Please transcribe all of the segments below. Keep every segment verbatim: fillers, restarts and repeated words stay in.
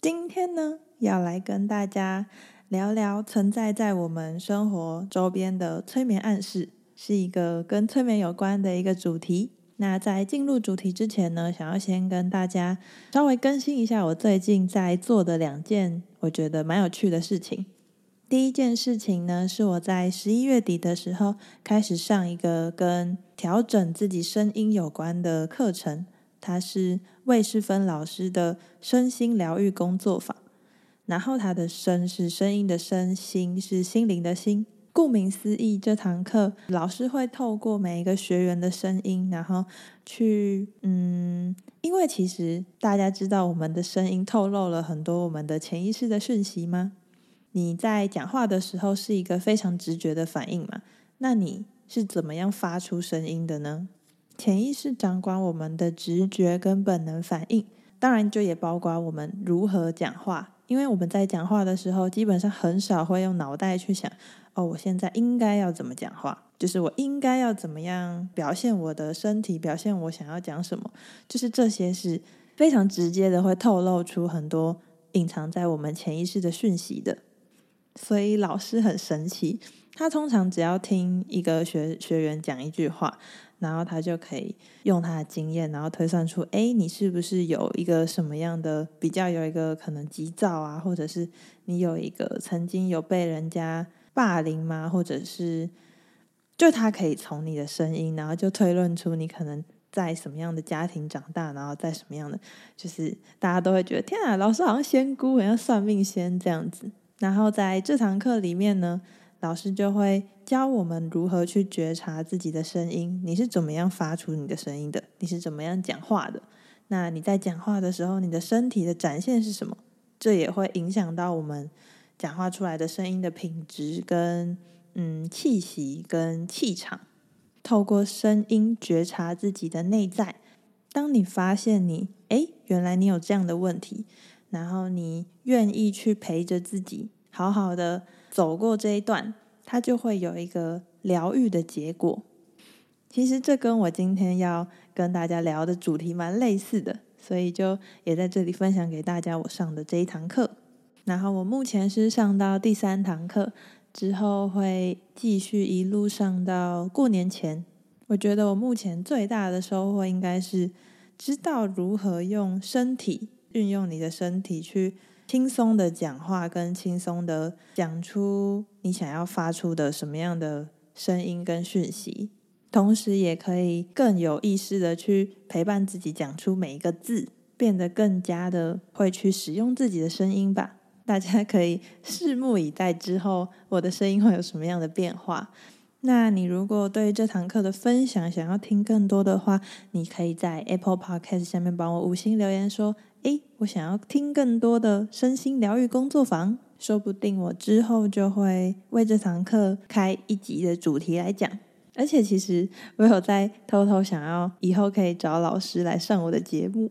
今天呢，要来跟大家聊聊存在在我们生活周边的催眠暗示，是一个跟催眠有关的一个主题。那在进入主题之前呢，想要先跟大家稍微更新一下我最近在做的两件我觉得蛮有趣的事情。第一件事情呢，是我在十一月底的时候开始上一个跟调整自己声音有关的课程，它是魏世芬老师的身心疗愈工作坊。然后它的声是声音的声，心是心灵的心。顾名思义，这堂课老师会透过每一个学员的声音，然后去嗯，因为其实大家知道我们的声音透露了很多我们的潜意识的讯息吗？你在讲话的时候是一个非常直觉的反应嘛，那你是怎么样发出声音的呢？潜意识掌管我们的直觉跟本能反应，当然就也包括我们如何讲话，因为我们在讲话的时候基本上很少会用脑袋去想，哦，我现在应该要怎么讲话，就是我应该要怎么样表现我的身体，表现我想要讲什么，就是这些是非常直接的会透露出很多隐藏在我们潜意识的讯息的。所以老师很神奇，他通常只要听一个学学员讲一句话，然后他就可以用他的经验，然后推算出，哎，你是不是有一个什么样的比较有一个可能急躁啊，或者是你有一个曾经有被人家霸凌吗？或者是就他可以从你的声音，然后就推论出你可能在什么样的家庭长大，然后在什么样的，就是大家都会觉得天啊，老师好像仙姑，好像算命仙这样子。然后在这堂课里面呢，老师就会教我们如何去觉察自己的声音，你是怎么样发出你的声音的，你是怎么样讲话的，那你在讲话的时候你的身体的展现是什么，这也会影响到我们讲话出来的声音的品质跟嗯气息跟气场。透过声音觉察自己的内在，当你发现你诶原来你有这样的问题，然后你愿意去陪着自己好好的走过这一段，它就会有一个疗愈的结果。其实这跟我今天要跟大家聊的主题蛮类似的，所以就也在这里分享给大家我上的这一堂课。然后我目前是上到第三堂课，之后会继续一路上到过年前。我觉得我目前最大的收获应该是知道如何用身体，运用你的身体去轻松的讲话，跟轻松的讲出你想要发出的什么样的声音跟讯息，同时也可以更有意识的去陪伴自己讲出每一个字，变得更加的会去使用自己的声音吧。大家可以拭目以待之后我的声音会有什么样的变化。那你如果对这堂课的分享想要听更多的话，你可以在 Apple Podcast 下面帮我五星留言说，诶，我想要听更多的身心疗愈工作坊，说不定我之后就会为这堂课开一集的主题来讲。而且其实我有在偷偷想要以后可以找老师来上我的节目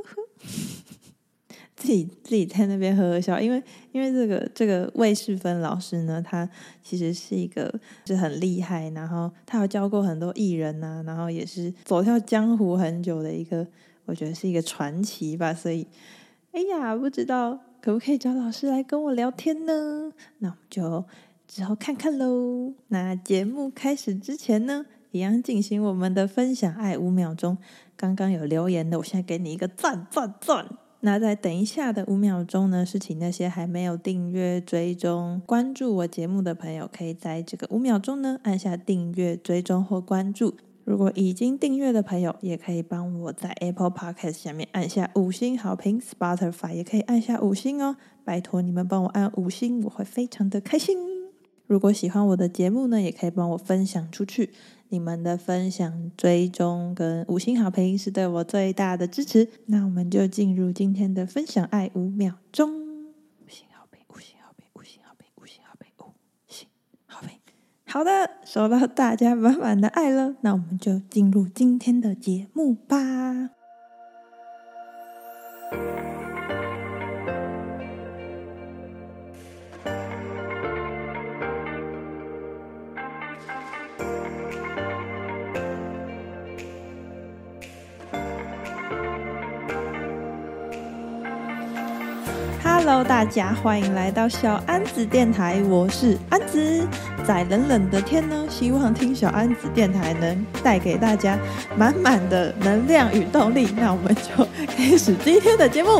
自己自己在那边呵呵笑，因为因为这个这个魏世芬老师呢，他其实是一个是很厉害，然后他有教过很多艺人啊，然后也是走跳江湖很久的一个，我觉得是一个传奇吧。所以哎呀，不知道可不可以找老师来跟我聊天呢？那我们就之后看看咯。那节目开始之前呢，一样进行我们的分享爱五秒钟。刚刚有留言的，我现在给你一个赞赞赞。那在等一下的五秒钟呢，是请那些还没有订阅、追踪、关注我节目的朋友，可以在这个五秒钟呢按下订阅、追踪或关注。如果已经订阅的朋友，也可以帮我在 Apple Podcast 下面按下五星好评， Spotify 也可以按下五星哦，拜托你们帮我按五星，我会非常的开心。如果喜欢我的节目呢，也可以帮我分享出去，你们的分享、追踪跟五星好评是对我最大的支持。那我们就进入今天的分享爱五秒钟。五星好评，五星好评，五星好评，五星好评，五星好评。好的，收到大家满满的爱了，那我们就进入今天的节目吧。 Hello， 大家欢迎来到小安子电台，我是安子。在冷冷的天呢，希望听小安子电台能带给大家满满的能量与动力。那我们就开始今天的节目。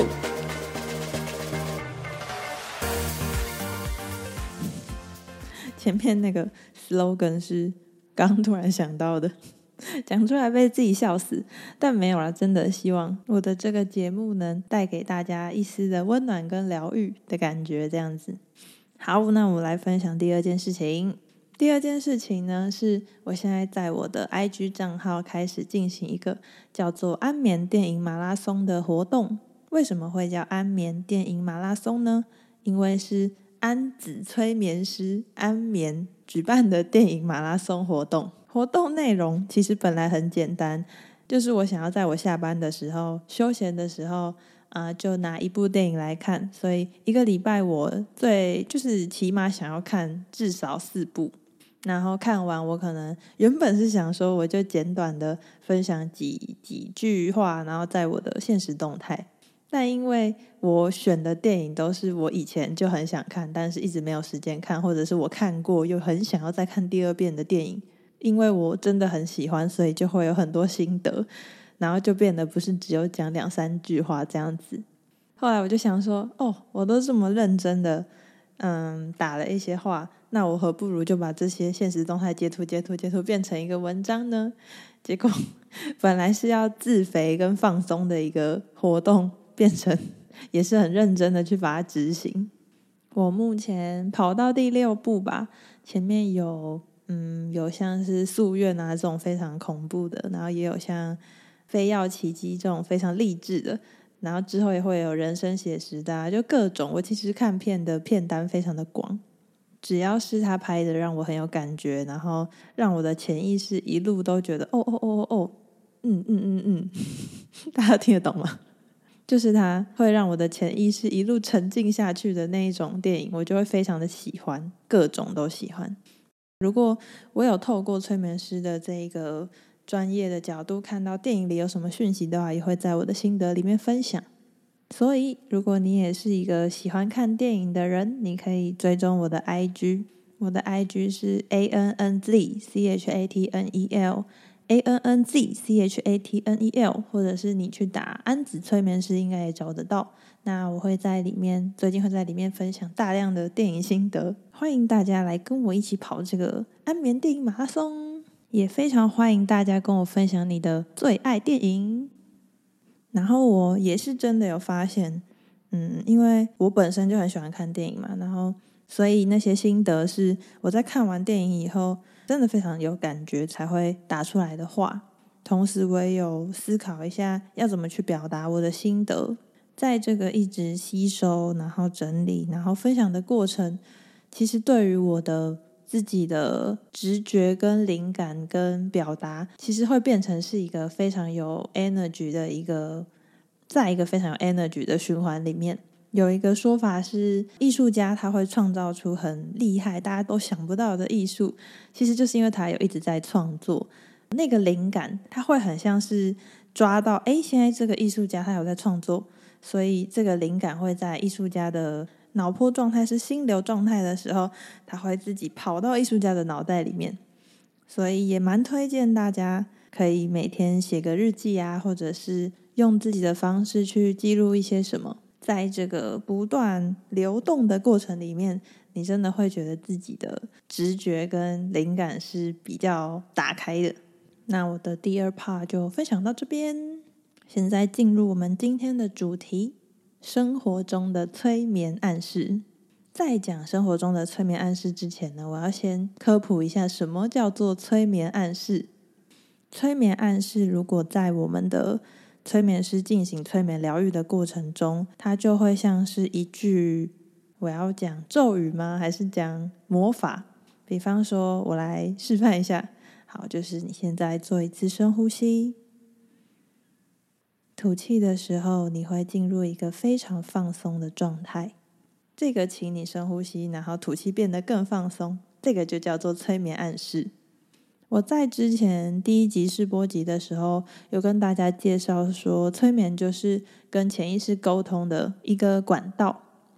前面那个 slogan 是刚突然想到的，讲出来被自己笑死，但没有啦，真的希望我的这个节目能带给大家一丝的温暖跟疗愈的感觉，这样子。好，那我们来分享第二件事情。第二件事情呢，是我现在在我的 I G 账号开始进行一个叫做安眠电影马拉松的活动。为什么会叫安眠电影马拉松呢？因为是安子催眠师安眠举办的电影马拉松活动。活动内容其实本来很简单，就是我想要在我下班的时候休闲的时候呃，就拿一部电影来看，所以一个礼拜我最就是起码想要看至少四部，然后看完我可能原本是想说我就简短的分享几几句话，然后在我的现实动态，但因为我选的电影都是我以前就很想看但是一直没有时间看，或者是我看过又很想要再看第二遍的电影，因为我真的很喜欢，所以就会有很多心得，然后就变得不是只有讲两三句话这样子。后来我就想说，哦，我都这么认真的嗯打了一些话，那我何不如就把这些现实动态截图截图截图变成一个文章呢？结果本来是要自肥跟放松的一个活动，变成也是很认真的去把它执行。我目前跑到第六部吧，前面有嗯有像是夙愿啊这种非常恐怖的，然后也有像非要奇迹这种非常励志的，然后之后也会有人生写实的啊，就各种。我其实看片的片单非常的广，只要是他拍的让我很有感觉，然后让我的潜意识一路都觉得哦哦哦哦哦嗯嗯嗯嗯大家听得懂吗？就是他会让我的潜意识一路沉浸下去的那一种电影，我就会非常的喜欢，各种都喜欢。如果我有透过催眠师的这一个专业的角度看到电影里有什么讯息的话，也会在我的心得里面分享。所以如果你也是一个喜欢看电影的人，你可以追踪我的 I G， 我的 I G 是 A N N Z C H A T N E L A N N Z C H A T N E L， 或者是你去打安子催眠师应该也找得到。那我会在里面最近会在里面分享大量的电影心得，欢迎大家来跟我一起跑这个安眠电影马拉松，也非常欢迎大家跟我分享你的最爱电影。然后我也是真的有发现嗯，因为我本身就很喜欢看电影嘛，然后所以那些心得是我在看完电影以后真的非常有感觉才会打出来的话，同时我也有思考一下要怎么去表达我的心得。在这个一直吸收然后整理然后分享的过程，其实对于我的自己的直觉跟灵感跟表达，其实会变成是一个非常有 energy 的一个在一个非常有 energy 的循环里面。有一个说法是艺术家他会创造出很厉害大家都想不到的艺术，其实就是因为他有一直在创作，那个灵感他会很像是抓到诶现在这个艺术家他有在创作，所以这个灵感会在艺术家的脑波状态是心流状态的时候，他会自己跑到艺术家的脑袋里面。所以也蛮推荐大家可以每天写个日记啊，或者是用自己的方式去记录一些什么，在这个不断流动的过程里面，你真的会觉得自己的直觉跟灵感是比较打开的。那我的第二 part 就分享到这边，现在进入我们今天的主题，生活中的催眠暗示。在讲生活中的催眠暗示之前呢，我要先科普一下什么叫做催眠暗示。催眠暗示如果在我们的催眠师进行催眠疗愈的过程中，它就会像是一句，我要讲咒语吗？还是讲魔法？比方说我来示范一下。好，就是你现在做一次深呼吸，吐气的时候你会进入一个非常放松的状态，这个请你深呼吸，然后吐气变得更放松，这个就叫做催眠暗示。我在之前第一集试播集的时候有跟大家介绍说，催眠就是跟潜意识沟通的一个管道。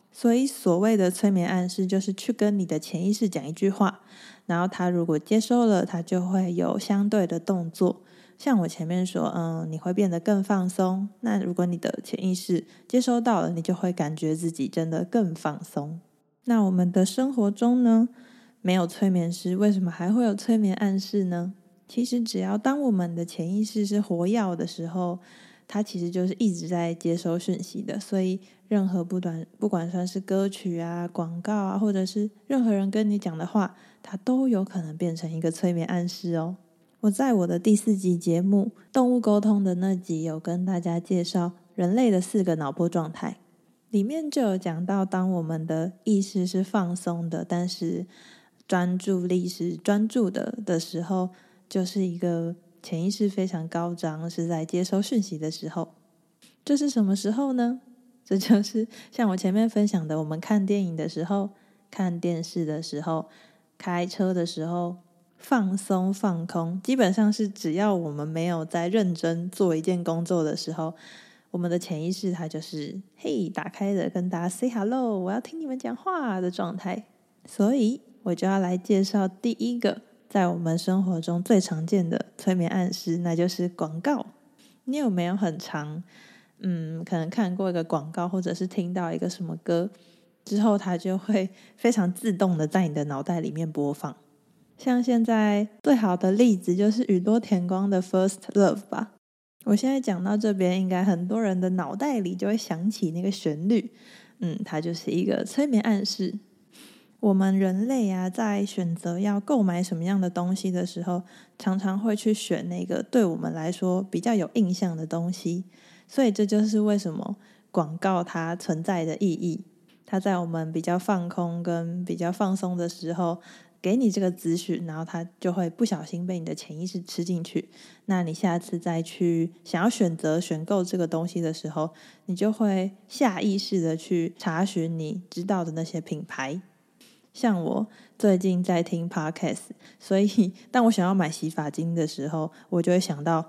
所以所谓的催眠暗示就是去跟你的潜意识讲一句话，然后他如果接收了，他就会有相对的动作。像我前面说，嗯，你会变得更放松，那如果你的潜意识接收到了，你就会感觉自己真的更放松。那我们的生活中呢，没有催眠师，为什么还会有催眠暗示呢？其实只要当我们的潜意识是活跃的时候，它其实就是一直在接收讯息的，所以任何不短不管算是歌曲啊、广告啊，或者是任何人跟你讲的话，它都有可能变成一个催眠暗示哦。我在我的第四集节目《动物沟通》的那集有跟大家介绍人类的四个脑波状态，里面就有讲到，当我们的意识是放松的，但是专注力是专注的的时候，就是一个潜意识非常高涨，是在接收讯息的时候。这是什么时候呢？这就是像我前面分享的，我们看电影的时候、看电视的时候、开车的时候，放松放空，基本上是只要我们没有在认真做一件工作的时候，我们的潜意识它就是嘿打开的，跟大家 say hello， 我要听你们讲话的状态。所以我就要来介绍第一个在我们生活中最常见的催眠暗示，那就是广告。你有没有很常嗯，可能看过一个广告，或者是听到一个什么歌之后，它就会非常自动的在你的脑袋里面播放。像现在最好的例子就是宇多田光的 First Love 吧。我现在讲到这边，应该很多人的脑袋里就会想起那个旋律，嗯，它就是一个催眠暗示。我们人类啊，在选择要购买什么样的东西的时候，常常会去选那个对我们来说比较有印象的东西，所以这就是为什么广告它存在的意义。它在我们比较放空跟比较放松的时候，给你这个资讯，然后它就会不小心被你的潜意识吃进去。那你下次再去想要选择选购这个东西的时候，你就会下意识的去查询你知道的那些品牌。像我最近在听 podcast， 所以当我想要买洗发精的时候，我就会想到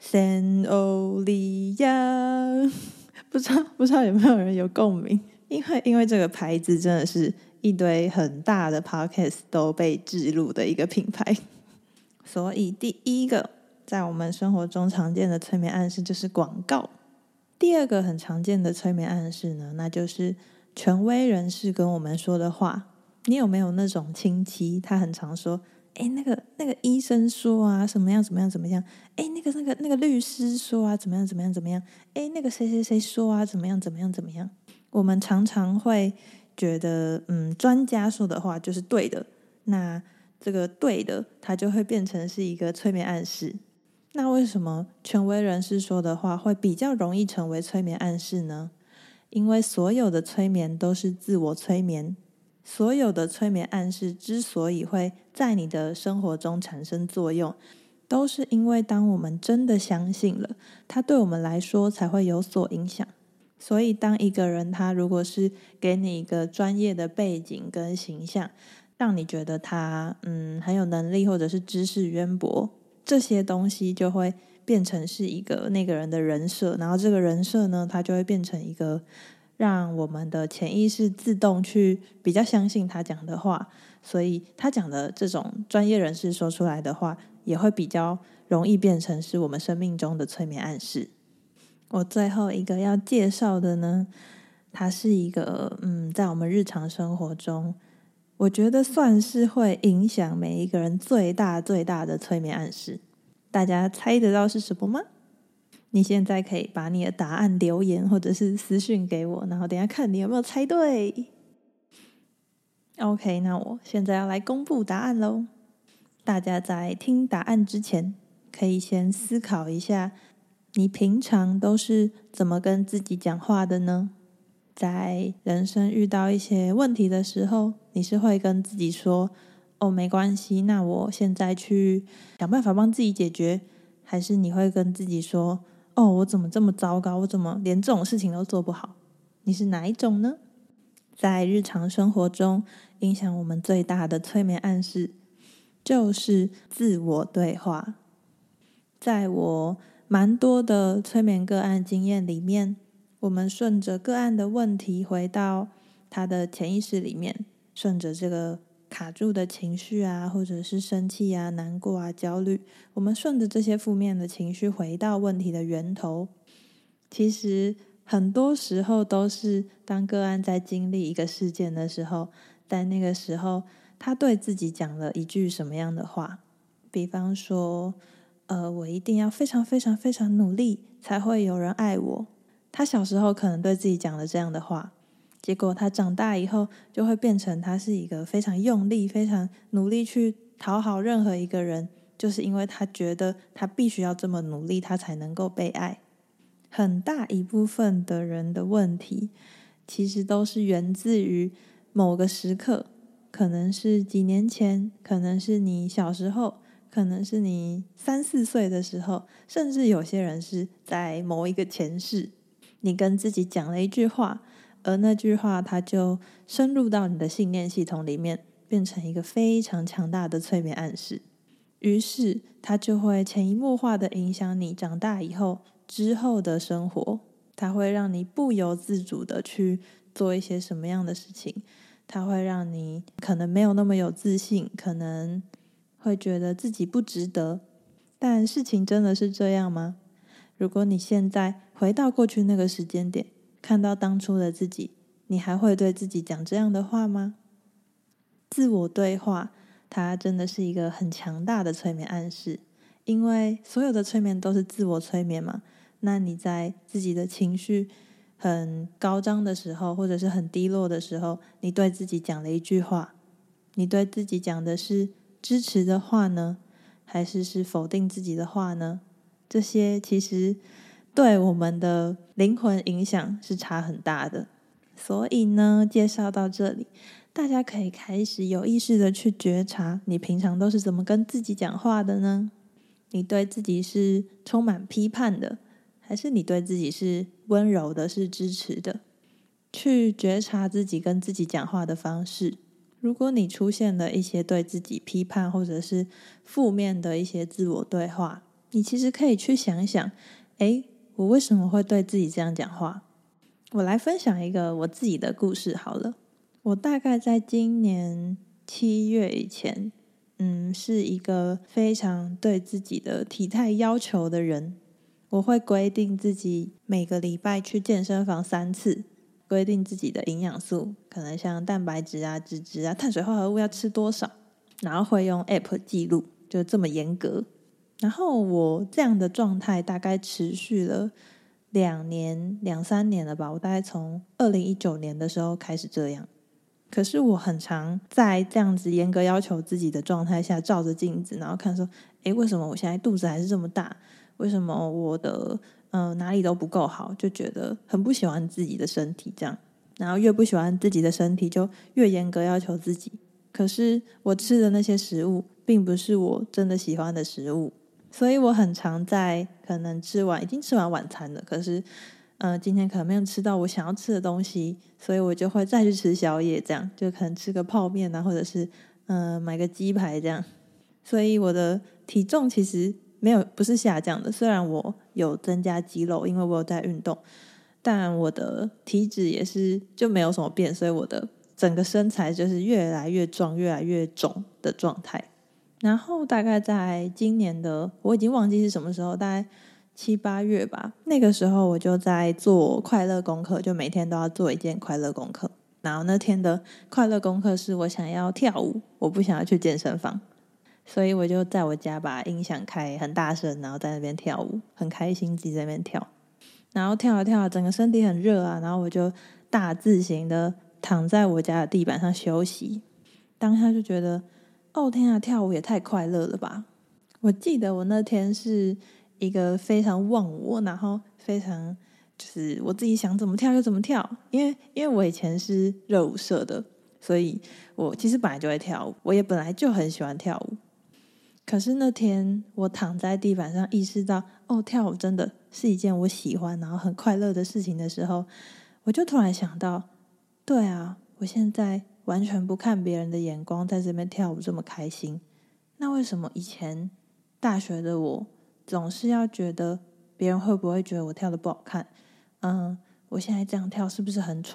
Senolya， 不知道不知道有没有人有共鸣？因为因为这个牌子真的是一堆很大的 podcast 都被置入的一个品牌，所以第一个在我们生活中常见的催眠暗示就是广告。第二个很常见的催眠暗示呢，那就是权威人士跟我们说的话。你有没有那种亲戚，他很常说，诶，那个那个医生说啊，怎么样怎么样怎么样，诶，那个那个那个律师说啊，怎么样怎么样怎么样，诶，那个谁谁谁说啊，怎么样怎么样怎么样。我们常常会觉得，嗯，专家说的话就是对的，那这个对的，它就会变成是一个催眠暗示。那为什么权威人士说的话会比较容易成为催眠暗示呢？因为所有的催眠都是自我催眠，所有的催眠暗示之所以会在你的生活中产生作用，都是因为当我们真的相信了，它对我们来说才会有所影响。所以当一个人他如果是给你一个专业的背景跟形象，让你觉得他嗯很有能力或者是知识渊博，这些东西就会变成是一个那个人的人设，然后这个人设呢，它就会变成一个让我们的潜意识自动去比较相信他讲的话，所以他讲的这种专业人士说出来的话，也会比较容易变成是我们生命中的催眠暗示。我最后一个要介绍的呢，它是一个嗯，在我们日常生活中，我觉得算是会影响每一个人最大最大的催眠暗示。大家猜得到是什么吗？你现在可以把你的答案留言或者是私讯给我，然后等一下看你有没有猜对。OK， 那我现在要来公布答案咯。大家在听答案之前，可以先思考一下，你平常都是怎么跟自己讲话的呢？在人生遇到一些问题的时候，你是会跟自己说，哦，没关系，那我现在去想办法帮自己解决，还是你会跟自己说，哦，我怎么这么糟糕，我怎么连这种事情都做不好？你是哪一种呢？在日常生活中，影响我们最大的催眠暗示就是自我对话。在我蛮多的催眠个案经验里面，我们顺着个案的问题回到他的潜意识里面，顺着这个卡住的情绪啊，或者是生气啊、难过啊、焦虑，我们顺着这些负面的情绪回到问题的源头。其实很多时候都是当个案在经历一个事件的时候，在那个时候他对自己讲了一句什么样的话，比方说呃，我一定要非常非常非常努力才会有人爱我。他小时候可能对自己讲了这样的话，结果他长大以后就会变成他是一个非常用力非常努力去讨好任何一个人，就是因为他觉得他必须要这么努力他才能够被爱。很大一部分的人的问题其实都是源自于某个时刻，可能是几年前，可能是你小时候，可能是你三四岁的时候，甚至有些人是在某一个前世，你跟自己讲了一句话，而那句话它就深入到你的信念系统里面，变成一个非常强大的催眠暗示，于是它就会潜移默化的影响你长大以后之后的生活，它会让你不由自主的去做一些什么样的事情，它会让你可能没有那么有自信，可能会觉得自己不值得。但事情真的是这样吗？如果你现在回到过去那个时间点，看到当初的自己，你还会对自己讲这样的话吗？自我对话它真的是一个很强大的催眠暗示，因为所有的催眠都是自我催眠嘛。那你在自己的情绪很高涨的时候，或者是很低落的时候，你对自己讲了一句话，你对自己讲的是支持的话呢，还是是否定自己的话呢？这些其实对我们的灵魂影响是差很大的。所以呢，介绍到这里，大家可以开始有意识的去觉察，你平常都是怎么跟自己讲话的呢？你对自己是充满批判的，还是你对自己是温柔的，是支持的？去觉察自己跟自己讲话的方式。如果你出现了一些对自己批判或者是负面的一些自我对话，你其实可以去想想，诶，我为什么会对自己这样讲话？我来分享一个我自己的故事好了。我大概在今年七月以前，嗯，是一个非常对自己的体态要求的人。我会规定自己每个礼拜去健身房三次，规定自己的营养素，可能像蛋白质啊、脂质啊、碳水化合物要吃多少，然后会用 app 记录，就这么严格。然后我这样的状态大概持续了两年、两三年了吧。我大概从二零一九年的时候开始这样。可是我很常在这样子严格要求自己的状态下，照着镜子，然后看说，诶，为什么我现在肚子还是这么大？为什么我的呃哪里都不够好？就觉得很不喜欢自己的身体这样。然后越不喜欢自己的身体，就越严格要求自己。可是我吃的那些食物，并不是我真的喜欢的食物。所以我很常在可能吃完已经吃完晚餐了，可是呃，今天可能没有吃到我想要吃的东西，所以我就会再去吃宵夜，这样就可能吃个泡面啊，或者是呃买个鸡排这样。所以我的体重其实没有不是下降的，虽然我有增加肌肉，因为我有在运动，但我的体脂也是就没有什么变，所以我的整个身材就是越来越壮、越来越肿的状态。然后大概在今年的我已经忘记是什么时候，大概七八月吧，那个时候我就在做快乐功课，就每天都要做一件快乐功课。然后那天的快乐功课是我想要跳舞，我不想要去健身房，所以我就在我家把音响开很大声，然后在那边跳舞，很开心自己在那边跳。然后跳啊跳啊，整个身体很热啊，然后我就大字型的躺在我家的地板上休息。当下就觉得，哦天啊，跳舞也太快乐了吧！我记得我那天是一个非常忘我，然后非常就是我自己想怎么跳就怎么跳，因为因为我以前是热舞社的，所以我其实本来就会跳舞，我也本来就很喜欢跳舞。可是那天我躺在地板上，意识到哦，跳舞真的是一件我喜欢然后很快乐的事情的时候，我就突然想到，对啊，我现在完全不看别人的眼光，在这边跳舞这么开心，那为什么以前大学的我总是要觉得别人会不会觉得我跳得不好看？嗯，我现在这样跳是不是很蠢？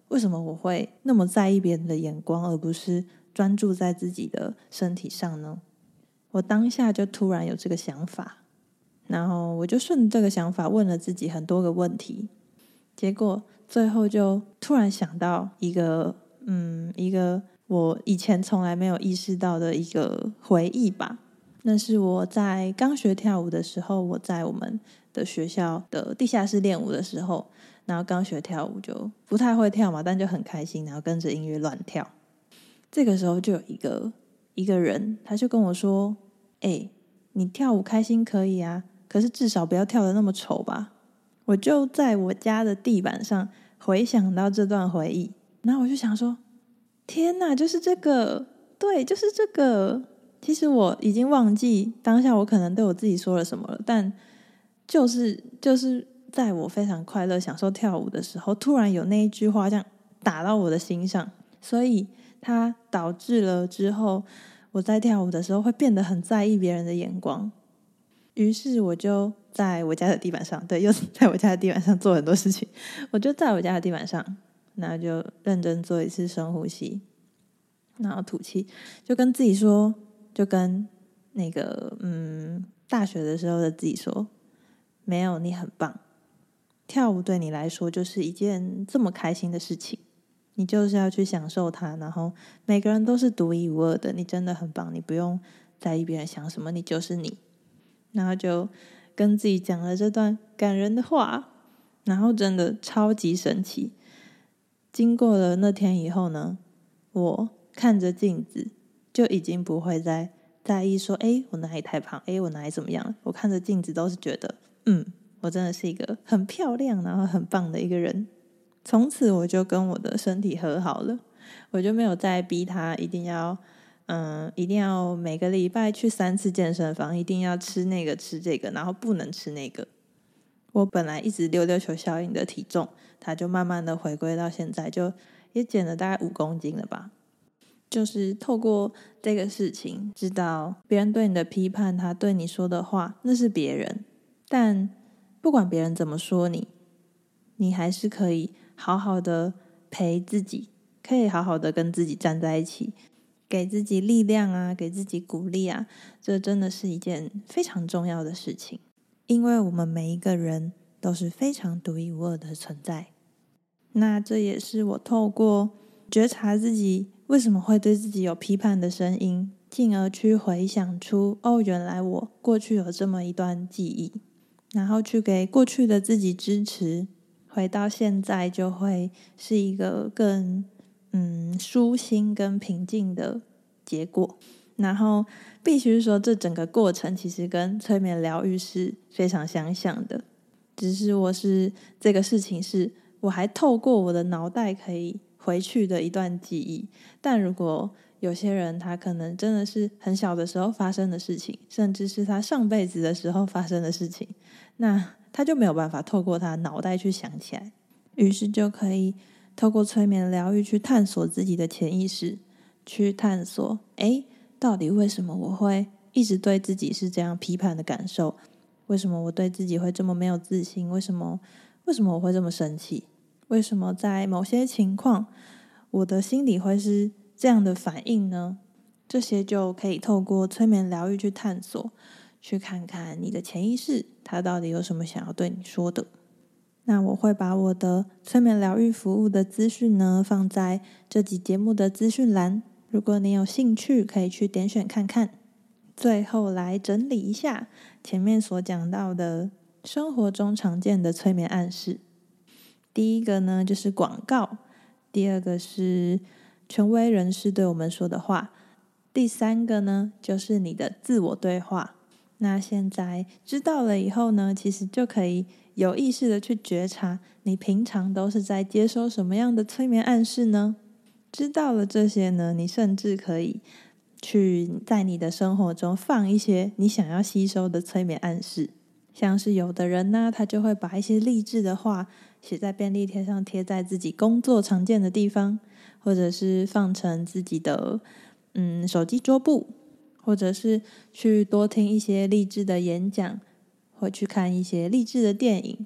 为什么我会那么在意别人的眼光，而不是专注在自己的身体上呢？我当下就突然有这个想法，然后我就顺着这个想法问了自己很多个问题，结果最后就突然想到一个嗯，一个我以前从来没有意识到的一个回忆吧。那是我在刚学跳舞的时候，我在我们的学校的地下室练舞的时候，然后刚学跳舞就不太会跳嘛，但就很开心，然后跟着音乐乱跳。这个时候就有一个一个人，他就跟我说：哎，你跳舞开心可以啊，可是至少不要跳得那么丑吧。我就在我家的地板上回想到这段回忆，然后我就想说，天哪，就是这个，对，就是这个。其实我已经忘记当下我可能对我自己说了什么了，但就是就是在我非常快乐享受跳舞的时候，突然有那一句话这样打到我的心上，所以它导致了之后我在跳舞的时候会变得很在意别人的眼光。于是我就在我家的地板上，对，又在我家的地板上做很多事情。我就在我家的地板上，然后就认真做一次深呼吸，然后吐气，就跟自己说，就跟那个嗯大学的时候的自己说，没有，你很棒，跳舞对你来说就是一件这么开心的事情，你就是要去享受它，然后每个人都是独一无二的，你真的很棒，你不用在意别人想什么，你就是你。然后就跟自己讲了这段感人的话，然后真的超级神奇。经过了那天以后呢，我看着镜子就已经不会再在意说，诶，我哪里太胖，诶，我哪里怎么样。我看着镜子都是觉得，嗯，我真的是一个很漂亮然后很棒的一个人。从此我就跟我的身体和好了，我就没有再逼他一定要嗯，一定要每个礼拜去三次健身房，一定要吃那个吃这个，然后不能吃那个。我本来一直溜溜球效应的体重，它就慢慢的回归到现在，就也减了大概五公斤了吧。就是透过这个事情，知道别人对你的批判，他对你说的话，那是别人，但不管别人怎么说你，你还是可以好好的陪自己，可以好好的跟自己站在一起，给自己力量啊，给自己鼓励啊，这真的是一件非常重要的事情，因为我们每一个人都是非常独一无二的存在。那这也是我透过觉察自己为什么会对自己有批判的声音，进而去回想出，哦，原来我过去有这么一段记忆，然后去给过去的自己支持，回到现在就会是一个更嗯，舒心跟平静的结果。然后必须说，这整个过程其实跟催眠疗愈是非常相像的，只是我是这个事情是我还透过我的脑袋可以回去的一段记忆。但如果有些人他可能真的是很小的时候发生的事情，甚至是他上辈子的时候发生的事情，那他就没有办法透过他脑袋去想起来，于是就可以透过催眠疗愈去探索自己的潜意识，去探索诶，到底为什么我会一直对自己是这样批判的感受，为什么我对自己会这么没有自信，为什么为什么我会这么生气，为什么在某些情况我的心里会是这样的反应呢？这些就可以透过催眠疗愈去探索，去看看你的潜意识它到底有什么想要对你说的。那我会把我的催眠疗愈服务的资讯呢放在这集节目的资讯栏，如果你有兴趣可以去点选看看。最后来整理一下前面所讲到的生活中常见的催眠暗示。第一个呢就是广告，第二个是权威人士对我们说的话，第三个呢就是你的自我对话。那现在知道了以后呢，其实就可以有意识的去觉察你平常都是在接收什么样的催眠暗示呢？知道了这些呢，你甚至可以去在你的生活中放一些你想要吸收的催眠暗示。像是有的人呢，他就会把一些励志的话写在便利贴上，贴在自己工作常见的地方，或者是放成自己的嗯手机桌布，或者是去多听一些励志的演讲，或去看一些励志的电影，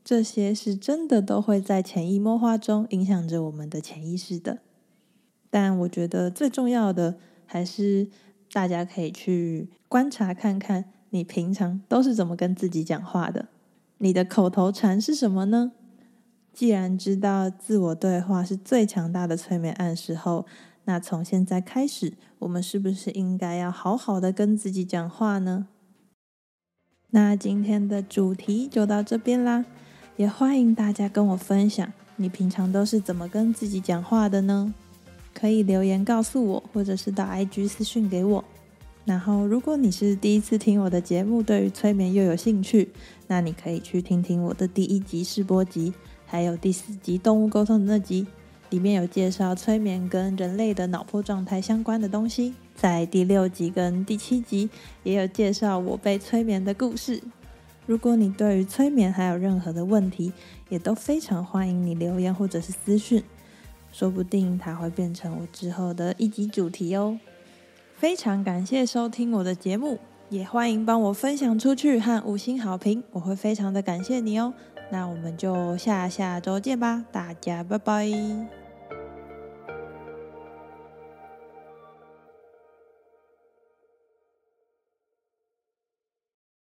这些是真的都会在潜移默化中影响着我们的潜意识的。但我觉得最重要的还是大家可以去观察看看，你平常都是怎么跟自己讲话的？你的口头禅是什么呢？既然知道自我对话是最强大的催眠暗示后，那从现在开始，我们是不是应该要好好的跟自己讲话呢？那今天的主题就到这边啦，也欢迎大家跟我分享，你平常都是怎么跟自己讲话的呢？可以留言告诉我，或者是到 I G 私讯给我。然后如果你是第一次听我的节目，对于催眠又有兴趣，那你可以去听听我的第一集试播集，还有第四集动物沟通的那集，里面有介绍催眠跟人类的脑波状态相关的东西。在第六集跟第七集也有介绍我被催眠的故事。如果你对于催眠还有任何的问题，也都非常欢迎你留言或者是私讯，说不定它会变成我之后的一集主题哦。非常感谢收听我的节目，也欢迎帮我分享出去和五星好评，我会非常的感谢你哦。那我们就下下周见吧，大家拜拜。